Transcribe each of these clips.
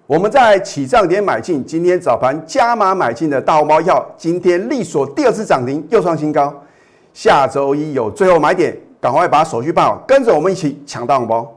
我们在起涨点买进，今天早盘加码买进的大红包票，今天力所第二次涨停，又创新高。下周一有最后买点，赶快把手续办好，跟着我们一起抢大红包。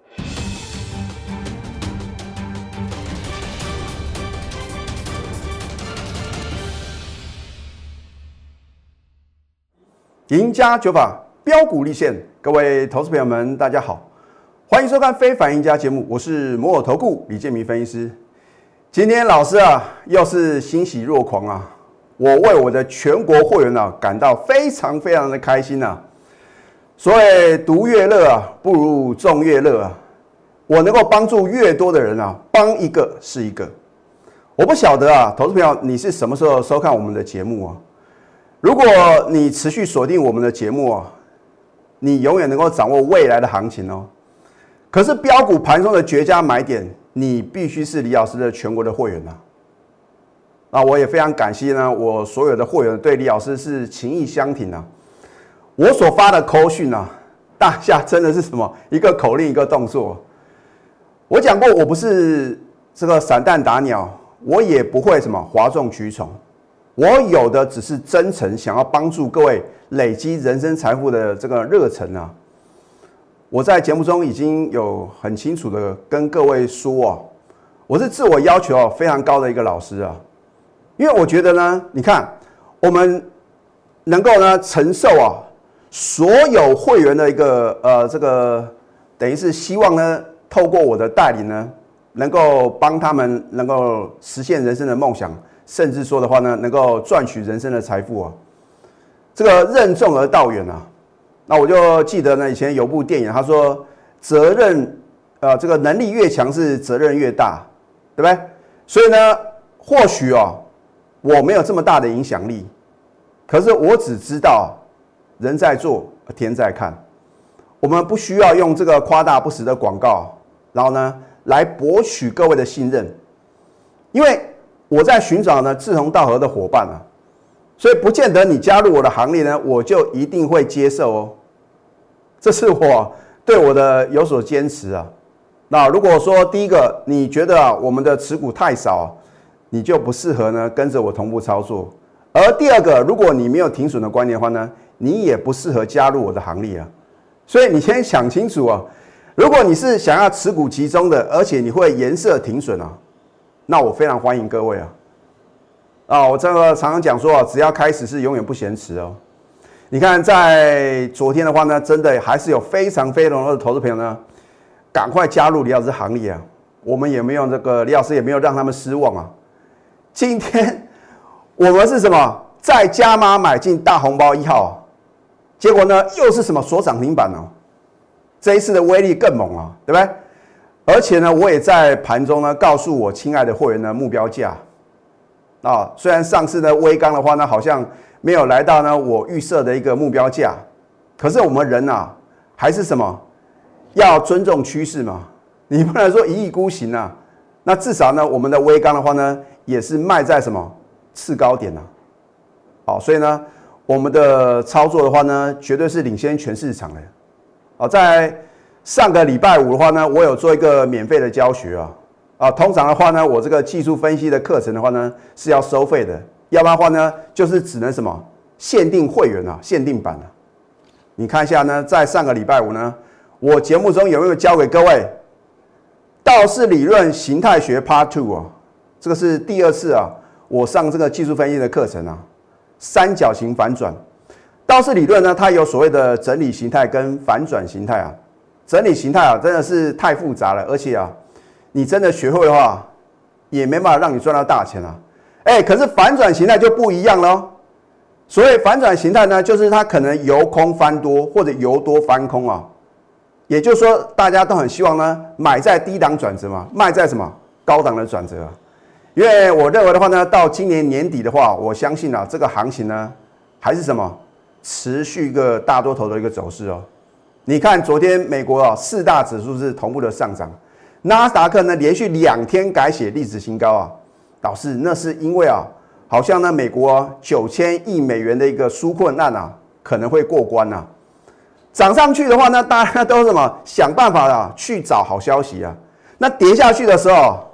赢家九法标股立现，各位投资朋友们，大家好，欢迎收看《非凡赢家》节目，我是摩尔投顾李建民分析师。今天老师又是欣喜若狂啊！我为我的全国会员感到非常的开心啊！所谓独乐乐不如众乐乐我能够帮助越多的人帮一个是一个。我不晓得投资朋友你是什么时候收看我们的节目如果你持续锁定我们的节目你永远能够掌握未来的行情可是标股盘中的绝佳买点，你必须是李老师的全国的会员那我也非常感谢我所有的会员对李老师是情义相挺我所发的扣讯大家真的是什么一个口令一个动作。我讲过，我不是这个散弹打鸟，我也不会什么哗众取宠。我有的只是真诚想要帮助各位累积人生财富的这个热忱我在节目中已经有很清楚的跟各位说我是自我要求非常高的一个老师因为我觉得呢，你看我们能够承受所有会员的一个这个等于是希望呢，透过我的带领呢，能够帮他们能够实现人生的梦想。甚至说的话呢，能够赚取人生的财富这个任重而道远那我就记得呢，以前有部电影，他说责任这个能力越强是责任越大，对不对？所以呢，或许我没有这么大的影响力，可是我只知道人在做天在看，我们不需要用这个夸大不实的广告，然后呢来博取各位的信任，因为我在寻找呢志同道合的伙伴所以不见得你加入我的行列呢，我就一定会接受这是我对我的有所坚持那如果说第一个你觉得我们的持股太少你就不适合呢跟着我同步操作。而第二个，如果你没有停损的观念的话呢，你也不适合加入我的行列所以你先想清楚如果你是想要持股集中的，而且你会颜色停损那我非常欢迎各位我这个常常讲说只要开始是永远不嫌迟你看在昨天的话呢，真的还是有非常多的投资朋友呢，赶快加入李老师行列我们也没有这个李老师也没有让他们失望今天我们是什么再加码买进大红包1号结果呢又是什么锁涨停板这一次的威力更猛对不对？而且呢，我也在盘中呢告诉我亲爱的会员的目标价虽然上次呢威刚的话呢好像没有来到呢我预设的一个目标价，可是我们人还是什么要尊重趋势嘛，你不能说一意孤行那至少呢我们的威刚的话呢也是卖在什么次高点所以呢我们的操作的话呢绝对是领先全市场的在上个礼拜五的话呢，我有做一个免费的教学通常的话呢，我这个技术分析的课程的话呢是要收费的，要不然的话呢就是只能什么限定会员限定版你看一下呢，在上个礼拜五呢，我节目中有没有教给各位道氏理论形态学 Part 2这个是第二次我上这个技术分析的课程三角形反转。道氏理论呢，它有所谓的整理形态跟反转形态整理形态真的是太复杂了，而且你真的学会的话，也没办法让你赚到大钱可是反转形态就不一样了所谓反转形态呢，就是它可能由空翻多，或者由多翻空也就是说，大家都很希望呢，买在低档转折嘛，卖在什么高档的转折因为我认为的话呢，到今年年底的话，我相信这个行情呢，还是什么持续一个大多头的一个走势你看昨天美国4大指数是同步的上涨，纳斯达克呢连续2天改写历史新高导致那是因为好像呢美国9000亿美元的一个纾困案可能会过关涨上去的话呢，大家都什么想办法去找好消息那跌下去的时候，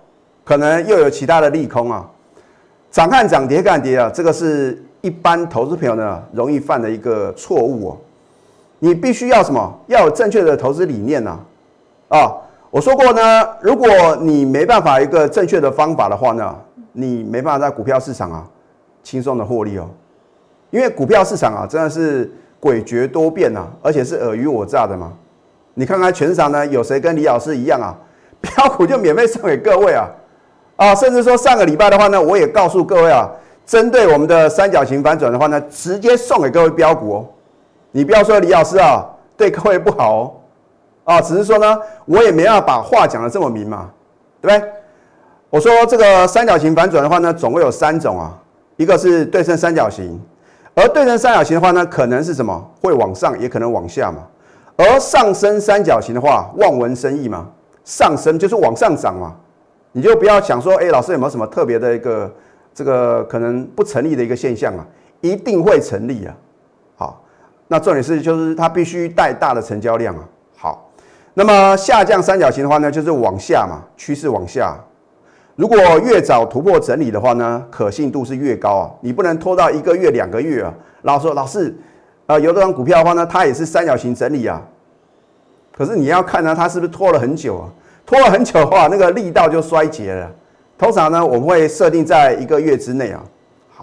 可能又有其他的利空啊，涨看涨，跌看跌啊，这个是一般投资朋友呢容易犯的一个错误哦。你必须要什么？要有正确的投资理念呐！我说过呢，如果你没办法一个正确的方法的话呢，你没办法在股票市场啊轻松的获利哦。因为股票市场啊真的是诡谲多变啊，而且是尔虞我诈的嘛。你看看全市场呢，有谁跟李老师一样啊？标股就免费送给各位啊！甚至说上个礼拜的话呢，我也告诉各位啊，针对我们的三角形反转的话呢，直接送给各位标股哦。你不要说李老师啊对各位不好哦，只是说呢，我也没办法把话讲得这么明嘛，对不对？我说这个三角形反转的话呢，总共有3种啊，一个是对称三角形，而对称三角形的话呢，可能是什么？会往上，也可能往下嘛。而上升三角形的话，望文生义嘛，上升就是往上涨嘛，你就不要想说，老师有没有什么特别的一个这个可能不成立的一个现象啊？一定会成立啊。好。那重点是，就是它必须带大的成交量啊。好，那么下降三角形的话呢，就是往下嘛，趋势往下。如果越早突破整理的话呢，可信度是越高啊。你不能拖到1个月、2个月啊。然后说老师，有这张股票的话呢，它也是三角形整理啊。可是你要看呢，它是不是拖了很久啊？拖了很久的话，那个力道就衰竭了。通常呢，我们会设定在1个月之内啊。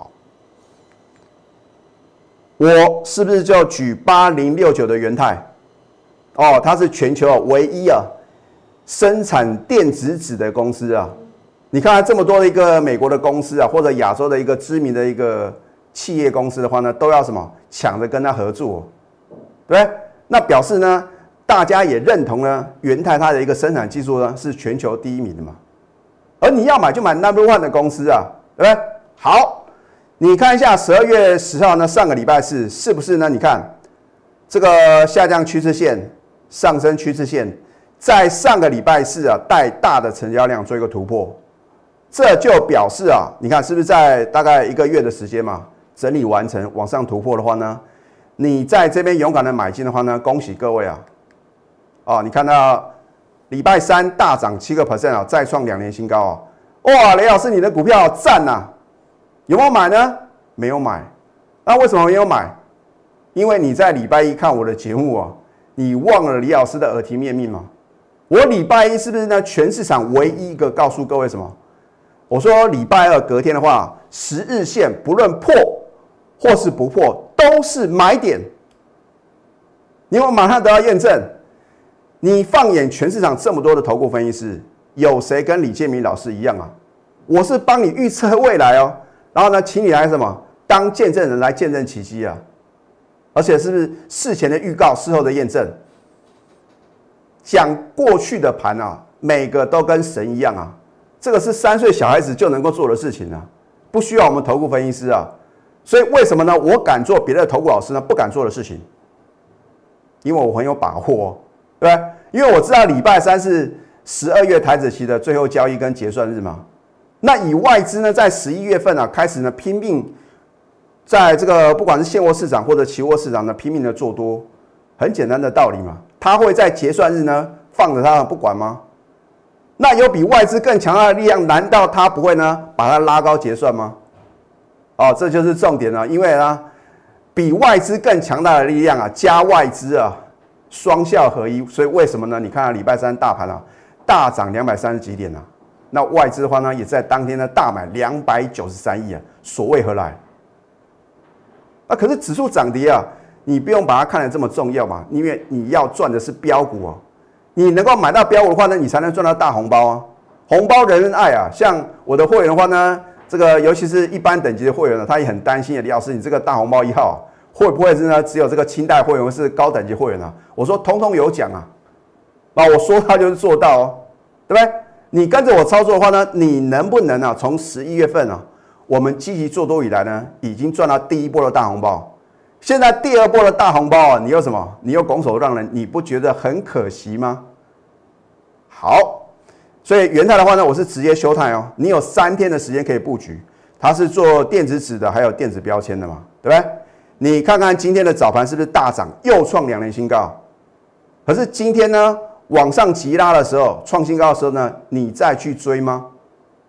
我是不是就举8069的元泰？它是全球唯一生产电子纸的公司啊。你看这么多的一个美国的公司啊，或者亚洲的一个知名的一个企业公司的话呢，都要什么抢着跟他合作，对不对？那表示呢，大家也认同呢，元泰它的一个生产技术呢是全球第1名的嘛。而你要买就买 No.1 的公司啊，对不对？好。你看一下12月10号呢，上个礼拜四是不是呢？你看这个下降趋势线、上升趋势线，在上个礼拜四啊带大的成交量做一个突破，这就表示啊，你看是不是在大概1个月的时间嘛，整理完成往上突破的话呢，你在这边勇敢的买进的话呢，恭喜各位啊！你看到礼拜3大涨7%啊，再创2年新高啊！哇，雷老师你的股票赞啊！有没有买呢？没有买。那为什么没有买？因为你在礼拜1看我的节目啊，你忘了李老师的耳提面命吗？我礼拜1是不是呢？全市场唯一一个告诉各位什么？我说礼拜2隔天的话，10日线不论破或是不破，都是买点。你有没有马上得到验证？你放眼全市场这么多的投顾分析师，有谁跟李建明老师一样啊？我是帮你预测未来哦。然后呢，请你来什么当见证人来见证奇迹啊！而且是不是事前的预告，事后的验证？讲过去的盘啊，每个都跟神一样啊！这个是3岁小孩子就能够做的事情啊，不需要我们投顾分析师啊。所以为什么呢？我敢做别的投顾老师呢不敢做的事情，因为我很有把握，对不对？因为我知道礼拜3是12月台指期的最后交易跟结算日嘛。那以外资呢，在11月份啊开始呢拼命，在这个不管是现货市场或者期货市场呢拼命的做多，很简单的道理嘛，他会在结算日呢放着它不管吗？那有比外资更强大的力量，难道他不会呢把它拉高结算吗？这就是重点了，因为呢比外资更强大的力量啊加外资啊双效合一，所以为什么呢？你看礼拜3大盘啊大涨230几点啊？那外资的话呢，也在当天呢大买293亿啊，所谓何来？可是指数涨跌啊，你不用把它看得这么重要嘛，因为你要赚的是标股啊，你能够买到标股的话呢，你才能赚到大红包啊，红包人人爱啊。像我的会员的话呢，这个尤其是一般等级的会员呢，他也很担心李老师，你这个大红包1号会不会是呢只有这个清代会员或是高等级会员啊？我说通通有奖啊，我说到就是做到哦，对不对？你跟着我操作的话呢，你能不能啊？从11月份啊，我们积极做多以来呢，已经赚到第1波的大红包。现在第2波的大红包啊，你又什么？你又拱手让人，你不觉得很可惜吗？好，所以元泰的话呢，我是直接休泰哦。你有3天的时间可以布局，它是做电子纸的，还有电子标签的嘛，对不对？你看看今天的早盘是不是大涨，又创2年新高？可是今天呢？往上急拉的时候，创新高的时候呢，你再去追吗？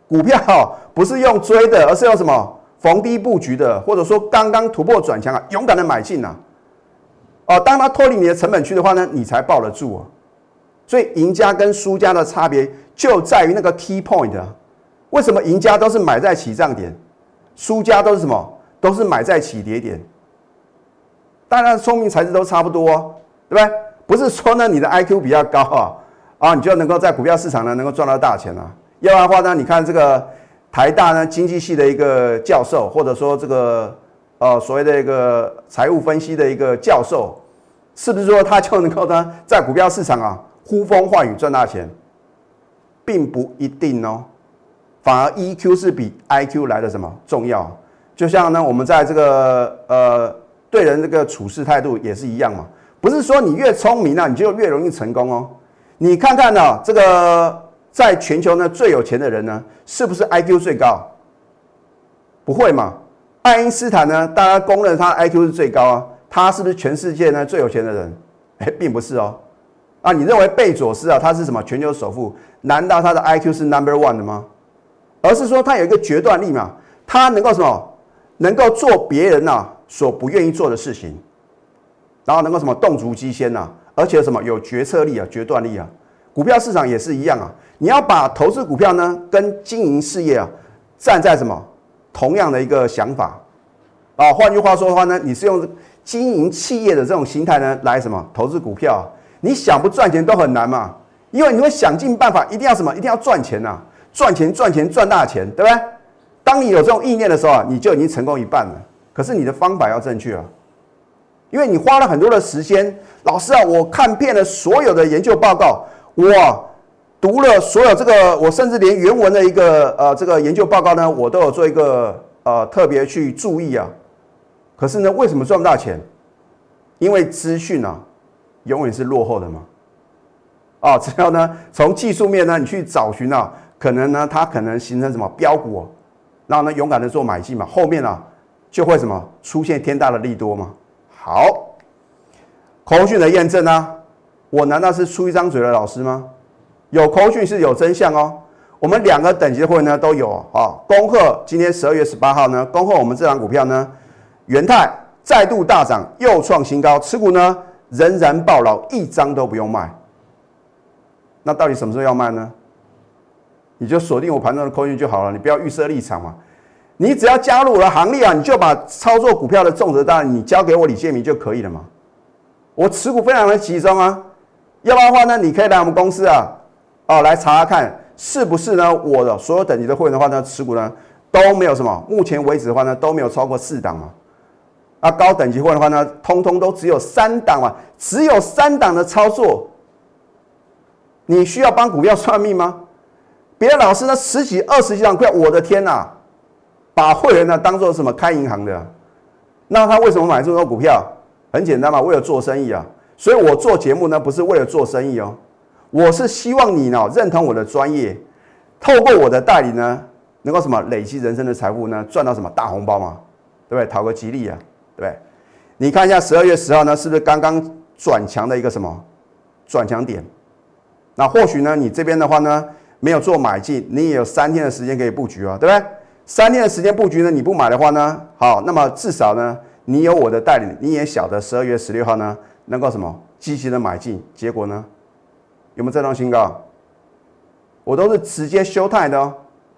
股票不是用追的，而是用什么逢低布局的，或者说刚刚突破转强啊，勇敢的买进啊。当它脱离你的成本区的话呢，你才抱得住啊。所以赢家跟输家的差别就在于那个 key point 啊。为什么赢家都是买在起涨点，输家都是什么？都是买在起跌点。当然，聪明才智都差不多哦，对不对？不是说呢你的 IQ 比较高你就能够在股票市场呢能够赚到大钱啊。要不然的话呢，你看这个台大呢经济系的一个教授，或者说这个所谓的一个财务分析的一个教授，是不是说他就能够呢在股票市场呼风唤雨赚大钱？并不一定哦，反而 EQ 是比 IQ 来的什么重要？就像呢我们在这个对人这个处事态度也是一样嘛，不是说你越聪明你就越容易成功哦。你看看这个在全球呢最有钱的人呢，是不是 IQ 最高？不会嘛？爱因斯坦呢，大家公认他 IQ 是最高啊，他是不是全世界呢最有钱的人？并不是哦。你认为贝佐斯他是什么全球首富？难道他的 IQ 是 No.1 的吗？而是说他有一个决断力嘛，他能够什么？能够做别人所不愿意做的事情，然后能够什么动足机先而且什么有决策力决断力股票市场也是一样你要把投资股票呢跟经营事业站在什么同样的一个想法换句话说的话呢，你是用经营企业的这种心态呢来什么投资股票你想不赚钱都很难嘛，因为你会想尽办法，一定要什么？一定要赚钱赚钱赚大钱，对不对？当你有这种意念的时候你就已经成功一半了。可是你的方法要正确因为你花了很多的时间。老师我看遍了所有的研究报告，我读了所有这个，我甚至连原文的一个这个研究报告呢，我都有做一个特别去注意可是呢，为什么赚不到钱？因为资讯永远是落后的嘛。只要呢从技术面呢你去找寻可能呢它可能形成什么标股然后呢勇敢的做买进嘛，后面就会什么出现天大的利多嘛。好，口讯的验证我难道是出一张嘴的老师吗？有口讯是有真相我们2个等级的会员呢都有恭贺今天12月18号呢，恭贺我们这档股票呢元泰再度大涨，又创新高，持股呢仍然抱牢，一张都不用卖。那到底什么时候要卖呢？你就锁定我盘中的口讯就好了，你不要预设立场嘛。你只要加入我的行列你就把操作股票的重责大任你交给我李建明就可以了嘛。我持股非常的集中要不然的话呢，你可以来我们公司来查查看是不是呢我的所有等级的会员的话呢，持股呢都没有什么，目前为止的话呢都没有超过4档嘛。高等级会员的话呢，通通都只有3档嘛，只有3档的操作，你需要帮股票算命吗？别的老师呢10几20几档股票，我的天把会员呢当做什么开银行的那他为什么买这么多股票？很简单嘛，为了做生意所以我做节目呢不是为了做生意我是希望你呢认同我的专业，透过我的带领呢能够什么累积人生的财富呢，赚到什么大红包嘛，对不对？讨个吉利对不对？你看一下12月10号呢是不是刚刚转强的一个什么转强点？那或许呢你这边的话呢没有做买进，你也有3天的时间可以布局对不对？3天的时间布局呢，你不买的话呢，好，那么至少呢，你有我的带领，你也晓得12月16号呢，能够什么积极的买进，结果呢，有没有再创新高？我都是直接休态的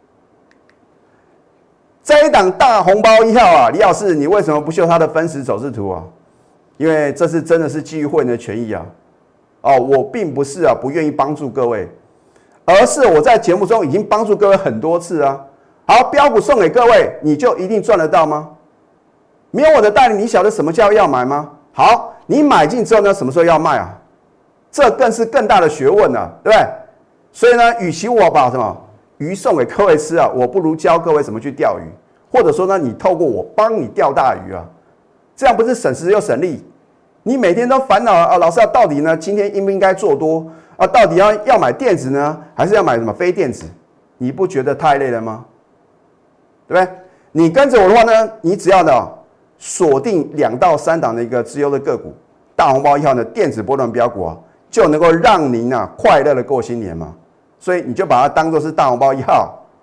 这一档大红包1号李老师，你为什么不秀它的分时走势图因为这是真的是基于会员的权益我并不是不愿意帮助各位，而是我在节目中已经帮助各位很多次好，标股送给各位，你就一定赚得到吗？没有我的带领，你晓得什么叫要买吗？好，你买进之后呢，什么时候要卖这更是更大的学问对不对？所以呢，与其我把什么鱼送给各位吃我不如教各位怎么去钓鱼，或者说呢，你透过我帮你钓大鱼这样不是省时又省力？你每天都烦恼老师到底呢今天应不应该做多到底要买电子呢，还是要买什么非电子？你不觉得太累了吗？对不对？你跟着我的话呢，你只要锁定2到3档的一个资优的个股，大红包1号的电子波段标股就能够让您快乐的过新年嘛。所以你就把它当作是大红包1号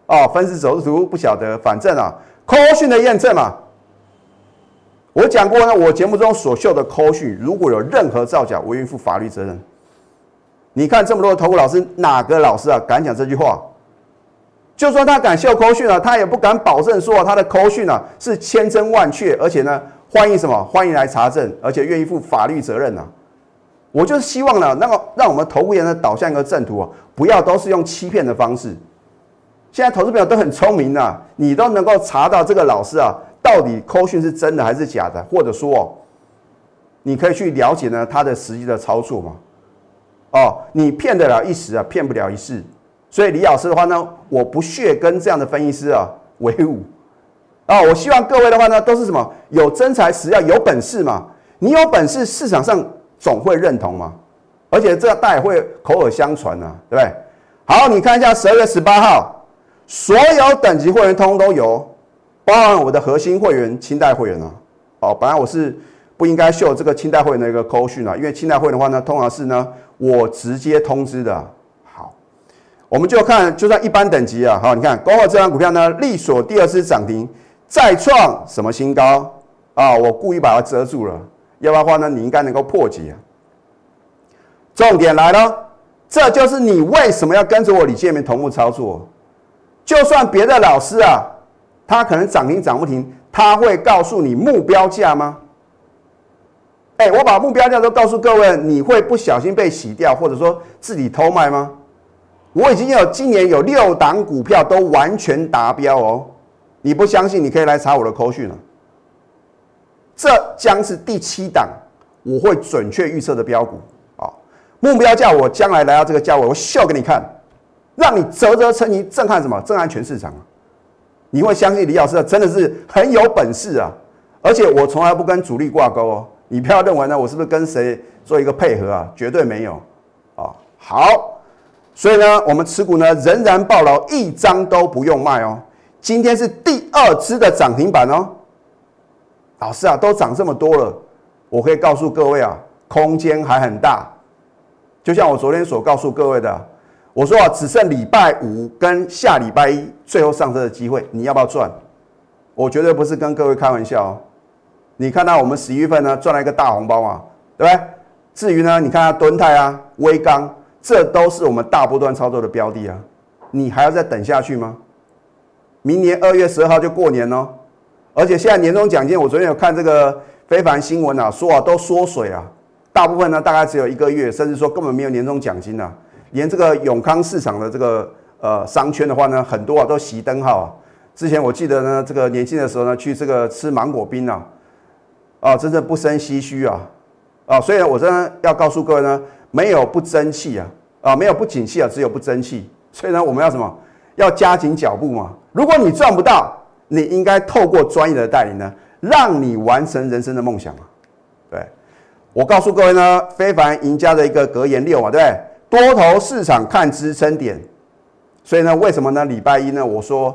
哦，分时走势图不晓得，反正啊 ，call 讯的验证嘛，我讲过呢，我节目中所秀的 call 讯，如果有任何造假，我愿意负法律责任。你看这么多的投顾老师，哪个老师啊敢讲这句话？就算他敢秀 call 讯啊，他也不敢保证说他的 call 讯啊是千真万确，而且呢，欢迎什么？欢迎来查证，而且愿意负法律责任啊。我就是希望呢，让我们投顾业呢导向一个正途啊，不要都是用欺骗的方式。现在投资朋友都很聪明啊，你都能够查到这个老师啊，到底 call 讯是真的还是假的，或者说哦，你可以去了解呢他的实际的操作嘛。哦，你骗得了一时啊，骗不了一世。所以李老师的话呢，我不屑跟这样的分析师啊为伍。啊，我希望各位的话呢，都是什么有真材实料，有本事嘛。你有本事，市场上总会认同嘛。而且这大家也会口耳相传啊，对不对？好，你看一下12月18号，所有等级会员通通都有，包含我的核心会员、清代会员啊。哦，本来我是不应该秀这个清代会员的一个call讯啊，因为清代会员的话呢，通常是呢我直接通知的。好，我们就看，就算一般等级啊，好，你看恭贺这张股票呢，力所第2次涨停，再创什么新高啊？我故意把它遮住了，要不然的话呢，你应该能够破解啊。重点来了，这就是你为什么要跟着我李建明同步操作。就算别的老师啊，他可能涨停涨不停，他会告诉你目标价吗？我把目标价都告诉各位，你会不小心被洗掉，或者说自己偷卖吗？我已经今年有6档股票都完全达标哦。你不相信，你可以来查我的call讯了。这将是第7档，我会准确预测的标股啊。目标价我将来来到这个价位，我秀给你看，让你啧啧称奇，震撼什么？震撼全市场啊！你会相信李老师真的是很有本事啊！而且我从来不跟主力挂钩哦。你不要认为呢，我是不是跟谁做一个配合啊？绝对没有啊。好，所以呢，我们持股呢仍然抱牢，一张都不用卖哦。今天是第2支的涨停板哦。老师啊，都涨这么多了，我可以告诉各位啊，空间还很大。就像我昨天所告诉各位的，我说啊，只剩礼拜5跟下礼拜1最后上车的机会，你要不要赚？我绝对不是跟各位开玩笑哦。你看到我们11月份呢赚了一个大红包嘛，对不对？至于呢，你看到敦泰啊、威刚，这都是我们大波段操作的标的啊，你还要再等下去吗？明年2月12号就过年哦，而且现在年终奖金，我昨天有看这个非凡新闻啊，说啊都缩水啊，大部分呢大概只有1个月，甚至说根本没有年终奖金啊，连这个永康市场的这个商圈的话呢，很多啊都熄灯号啊。之前我记得呢，这个年轻的时候呢，去这个吃芒果冰啊，真正不胜唏嘘啊，所以呢，我真的要告诉各位呢，没有不争气啊，没有不景气啊，只有不争气。所以呢，我们要什么？要加紧脚步嘛。如果你赚不到，你应该透过专业的带领呢，让你完成人生的梦想嘛。对，我告诉各位呢，非凡赢家的一个格言6嘛，对不对？多头市场看支撑点。所以呢，为什么呢？礼拜1呢，我说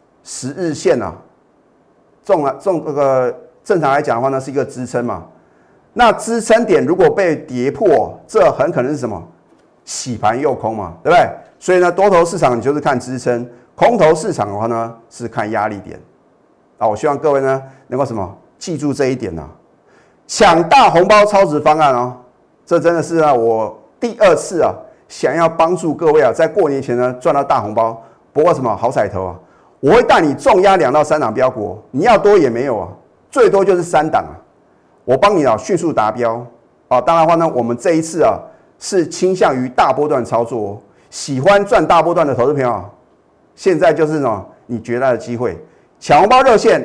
10日线啊，这个正常来讲的话呢，是一个支撑嘛。那支撑点如果被跌破，这很可能是什么？洗盘诱空嘛，对不对？所以呢，多头市场你就是看支撑，空头市场的话呢是看压力点。我希望各位呢能够什么记住这一点啊，抢大红包超值方案哦，这真的是啊我第2次啊想要帮助各位啊在过年前呢赚到大红包。不过什么好彩头啊，我会带你重压2到3档标股，你要多也没有啊，最多就是3档啊，我帮你啊迅速达标啊。当然的话呢，我们这一次啊是倾向于大波段操作哦。喜欢赚大波段的投资朋友，现在就是呢你绝大的机会。抢红包热线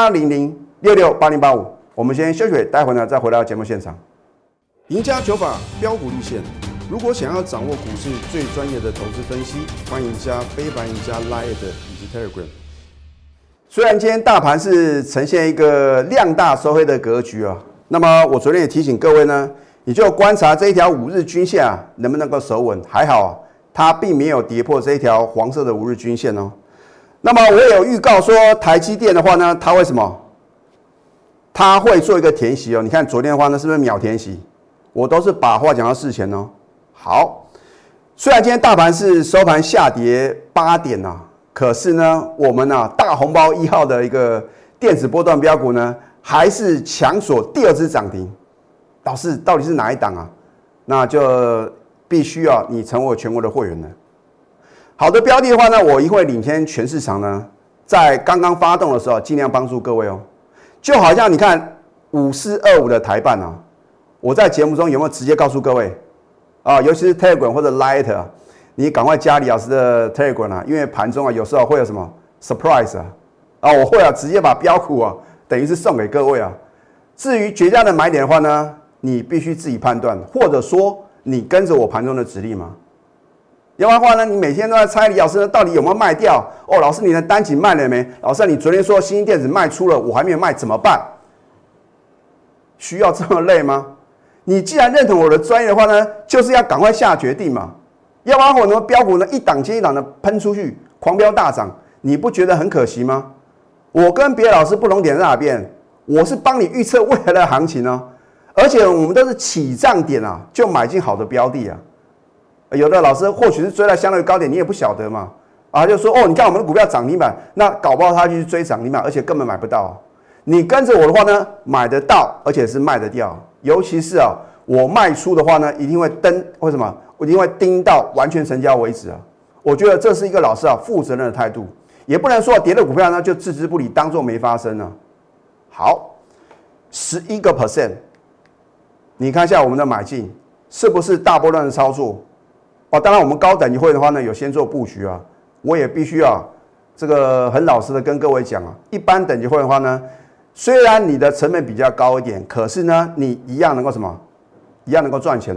0800668085。我们先休息，待会呢再回到节目现场。赢家九法标股立线，如果想要掌握股市最专业的投资分析，欢迎加非凡赢家 Line 以及 Telegram。虽然今天大盘是呈现一个量大收黑的格局啊，那么我昨天也提醒各位呢，你就观察这一条5日均线啊能不能够守稳。还好啊，它并没有跌破这一条黄色的5日均线哦。那么我有预告说，台积电的话呢，它会什么？它会做一个填息哦。你看昨天的话呢，是不是秒填息？我都是把话讲到事前哦。好，虽然今天大盘是收盘下跌8点啊， 可是呢，我们大红包1号的一个电子波段标股呢，还是强锁第2支涨停。老师，到底是哪一档啊？那就必须你成为我全国的会员了。好的标的的话呢，我一会领先全市场呢，在刚刚发动的时候，尽量帮助各位哦。就好像你看5425的台办我在节目中有没有直接告诉各位尤其是 Telegram 或者 Light 你赶快加李老师的 Telegram 因为盘中有时候会有什么 surprise 我会直接把标股等于是送给各位至于绝佳的买点的话呢，你必须自己判断，或者说你跟着我盘中的指令嘛。要不然的话呢，你每天都在猜李老师到底有没有卖掉老师你的单井卖了没？老师你昨天说新兴电子卖出了，我还没有卖怎么办？需要这么累吗？你既然认同我的专业的话呢，就是要赶快下决定嘛。要不然我呢标股呢一档接一档的喷出去，狂飙大涨，你不觉得很可惜吗？我跟别的老师不同点在哪边？我是帮你预测未来的行情而且我们都是起涨点就买进好的标的有的老师或许是追在相对高点，你也不晓得嘛就说你看我们的股票涨停板，那搞不好他就去追涨停板，而且根本买不到你跟着我的话呢，买得到，而且是卖得掉。尤其是我卖出的话呢，一定会为什么？我一定会盯到完全成交为止我觉得这是一个老师负责任的态度，也不能说跌的股票呢就置之不理，当作没发生好，11%，你看一下我们的买进是不是大波段的操作？当然我们高等级会的话呢，有先做布局我也必须这个很老实的跟各位讲一般等级会的话呢，虽然你的成本比较高一点，可是呢，你一样能够什么？一样能够赚钱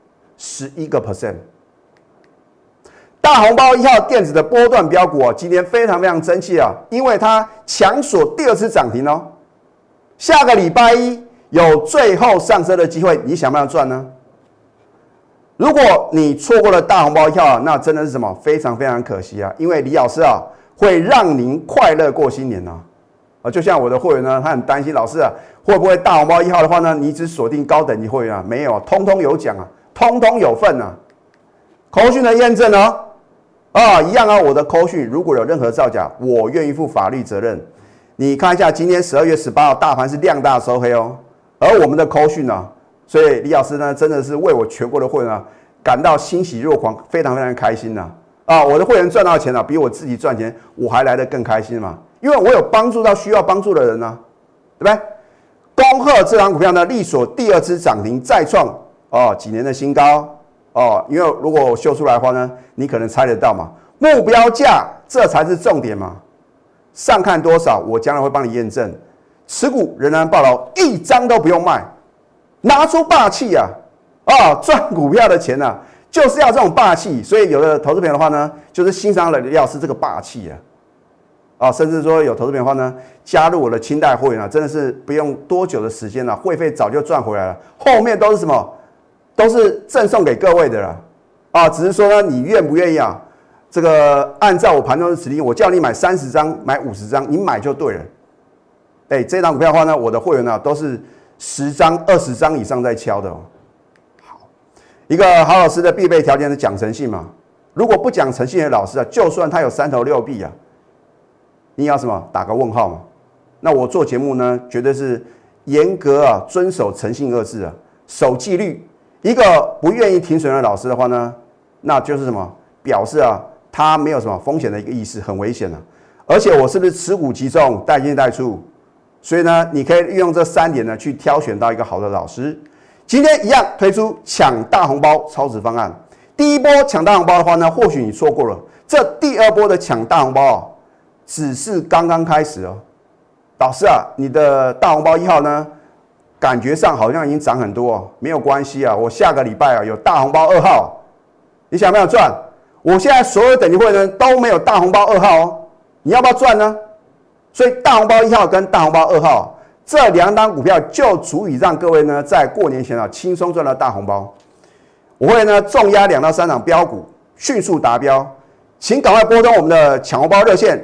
11%。大红包1号电子的波段标股今天非常非常争气因为它强锁第2次涨停下个礼拜一有最后上车的机会，你想不想赚呢？如果你错过了大红包1号那真的是什么？非常非常可惜因为李老师会让您快乐过新年就像我的会员呢，他很担心老师会不会大红包1号的话呢，你只锁定高等级会员没有，通通有奖通通有份扣讯的验证一样我的扣讯如果有任何造假，我愿意负法律责任。你看一下今天12月18号大盘是量大收黑而我们的扣讯所以李老师呢真的是为我全国的会员感到欣喜若狂，非常非常开心我的会员赚到钱比我自己赚钱我还来得更开心嘛，因为我有帮助到需要帮助的人对不对？恭贺这档股票呢力锁第2支涨停，再创几年的新高因为如果我秀出来的话呢，你可能猜得到嘛，目标价这才是重点嘛。上看多少，我将来会帮你验证。持股仍然抱牢，一张都不用卖，拿出霸气赚股票的钱就是要这种霸气。所以有的投资朋友的话呢，就是欣赏了李老师这个霸气甚至说有投资朋友的话呢，加入我的清代会员真的是不用多久的时间会费早就赚回来了，后面都是什么？都是赠送给各位的啦只是说呢，你愿不愿意这个按照我盘中的指令，我叫你买30张，买50张，你买就对了。这档股票的话呢，我的会员都是10张、20张以上在敲的好，一个好老师的必备条件是讲诚信嘛。如果不讲诚信的老师就算他有3头6臂你要什么？打个问号嘛。那我做节目呢，绝对是严格遵守诚信2字守纪律。一个不愿意停损的老师的话呢，那就是什么？表示他没有什么风险的一个意识，很危险而且我是不是持股集中，带进带出？所以呢，你可以利用这3点呢，去挑选到一个好的老师。今天一样推出抢大红包超值方案。第一波抢大红包的话呢，或许你错过了，这第2波的抢大红包只是刚刚开始老师你的大红包1号呢？感觉上好像已经涨很多没有关系我下个礼拜有大红包2号，你想不想赚？我现在所有等级会员都没有大红包2号你要不要赚呢？所以大红包1号跟大红包2号这2档股票就足以让各位呢在过年前轻松赚到大红包。我会呢重压2到3档标股，迅速达标，请赶快拨通我们的抢红包热线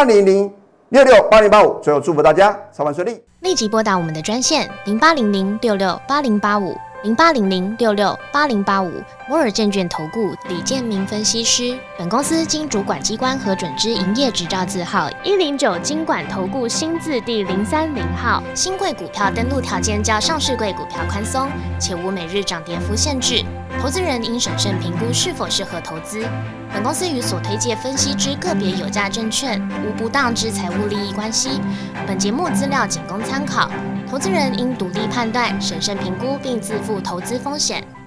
0800668085。最后祝福大家操盘顺利。 立即拨打我们的专线0800668085 0800668085，摩尔证券投顾李建明分析师。本公司经主管机关核准之营业执照字号109金管投顾新字第030号。新贵股票登录条件较上市贵股票宽松，且无每日涨跌幅限制。投资人应审慎评估是否适合投资。本公司与所推介分析之个别有价证券无不当之财务利益关系。本节目资料仅供参考，投资人应独立判断、审慎评估并自负投资风险。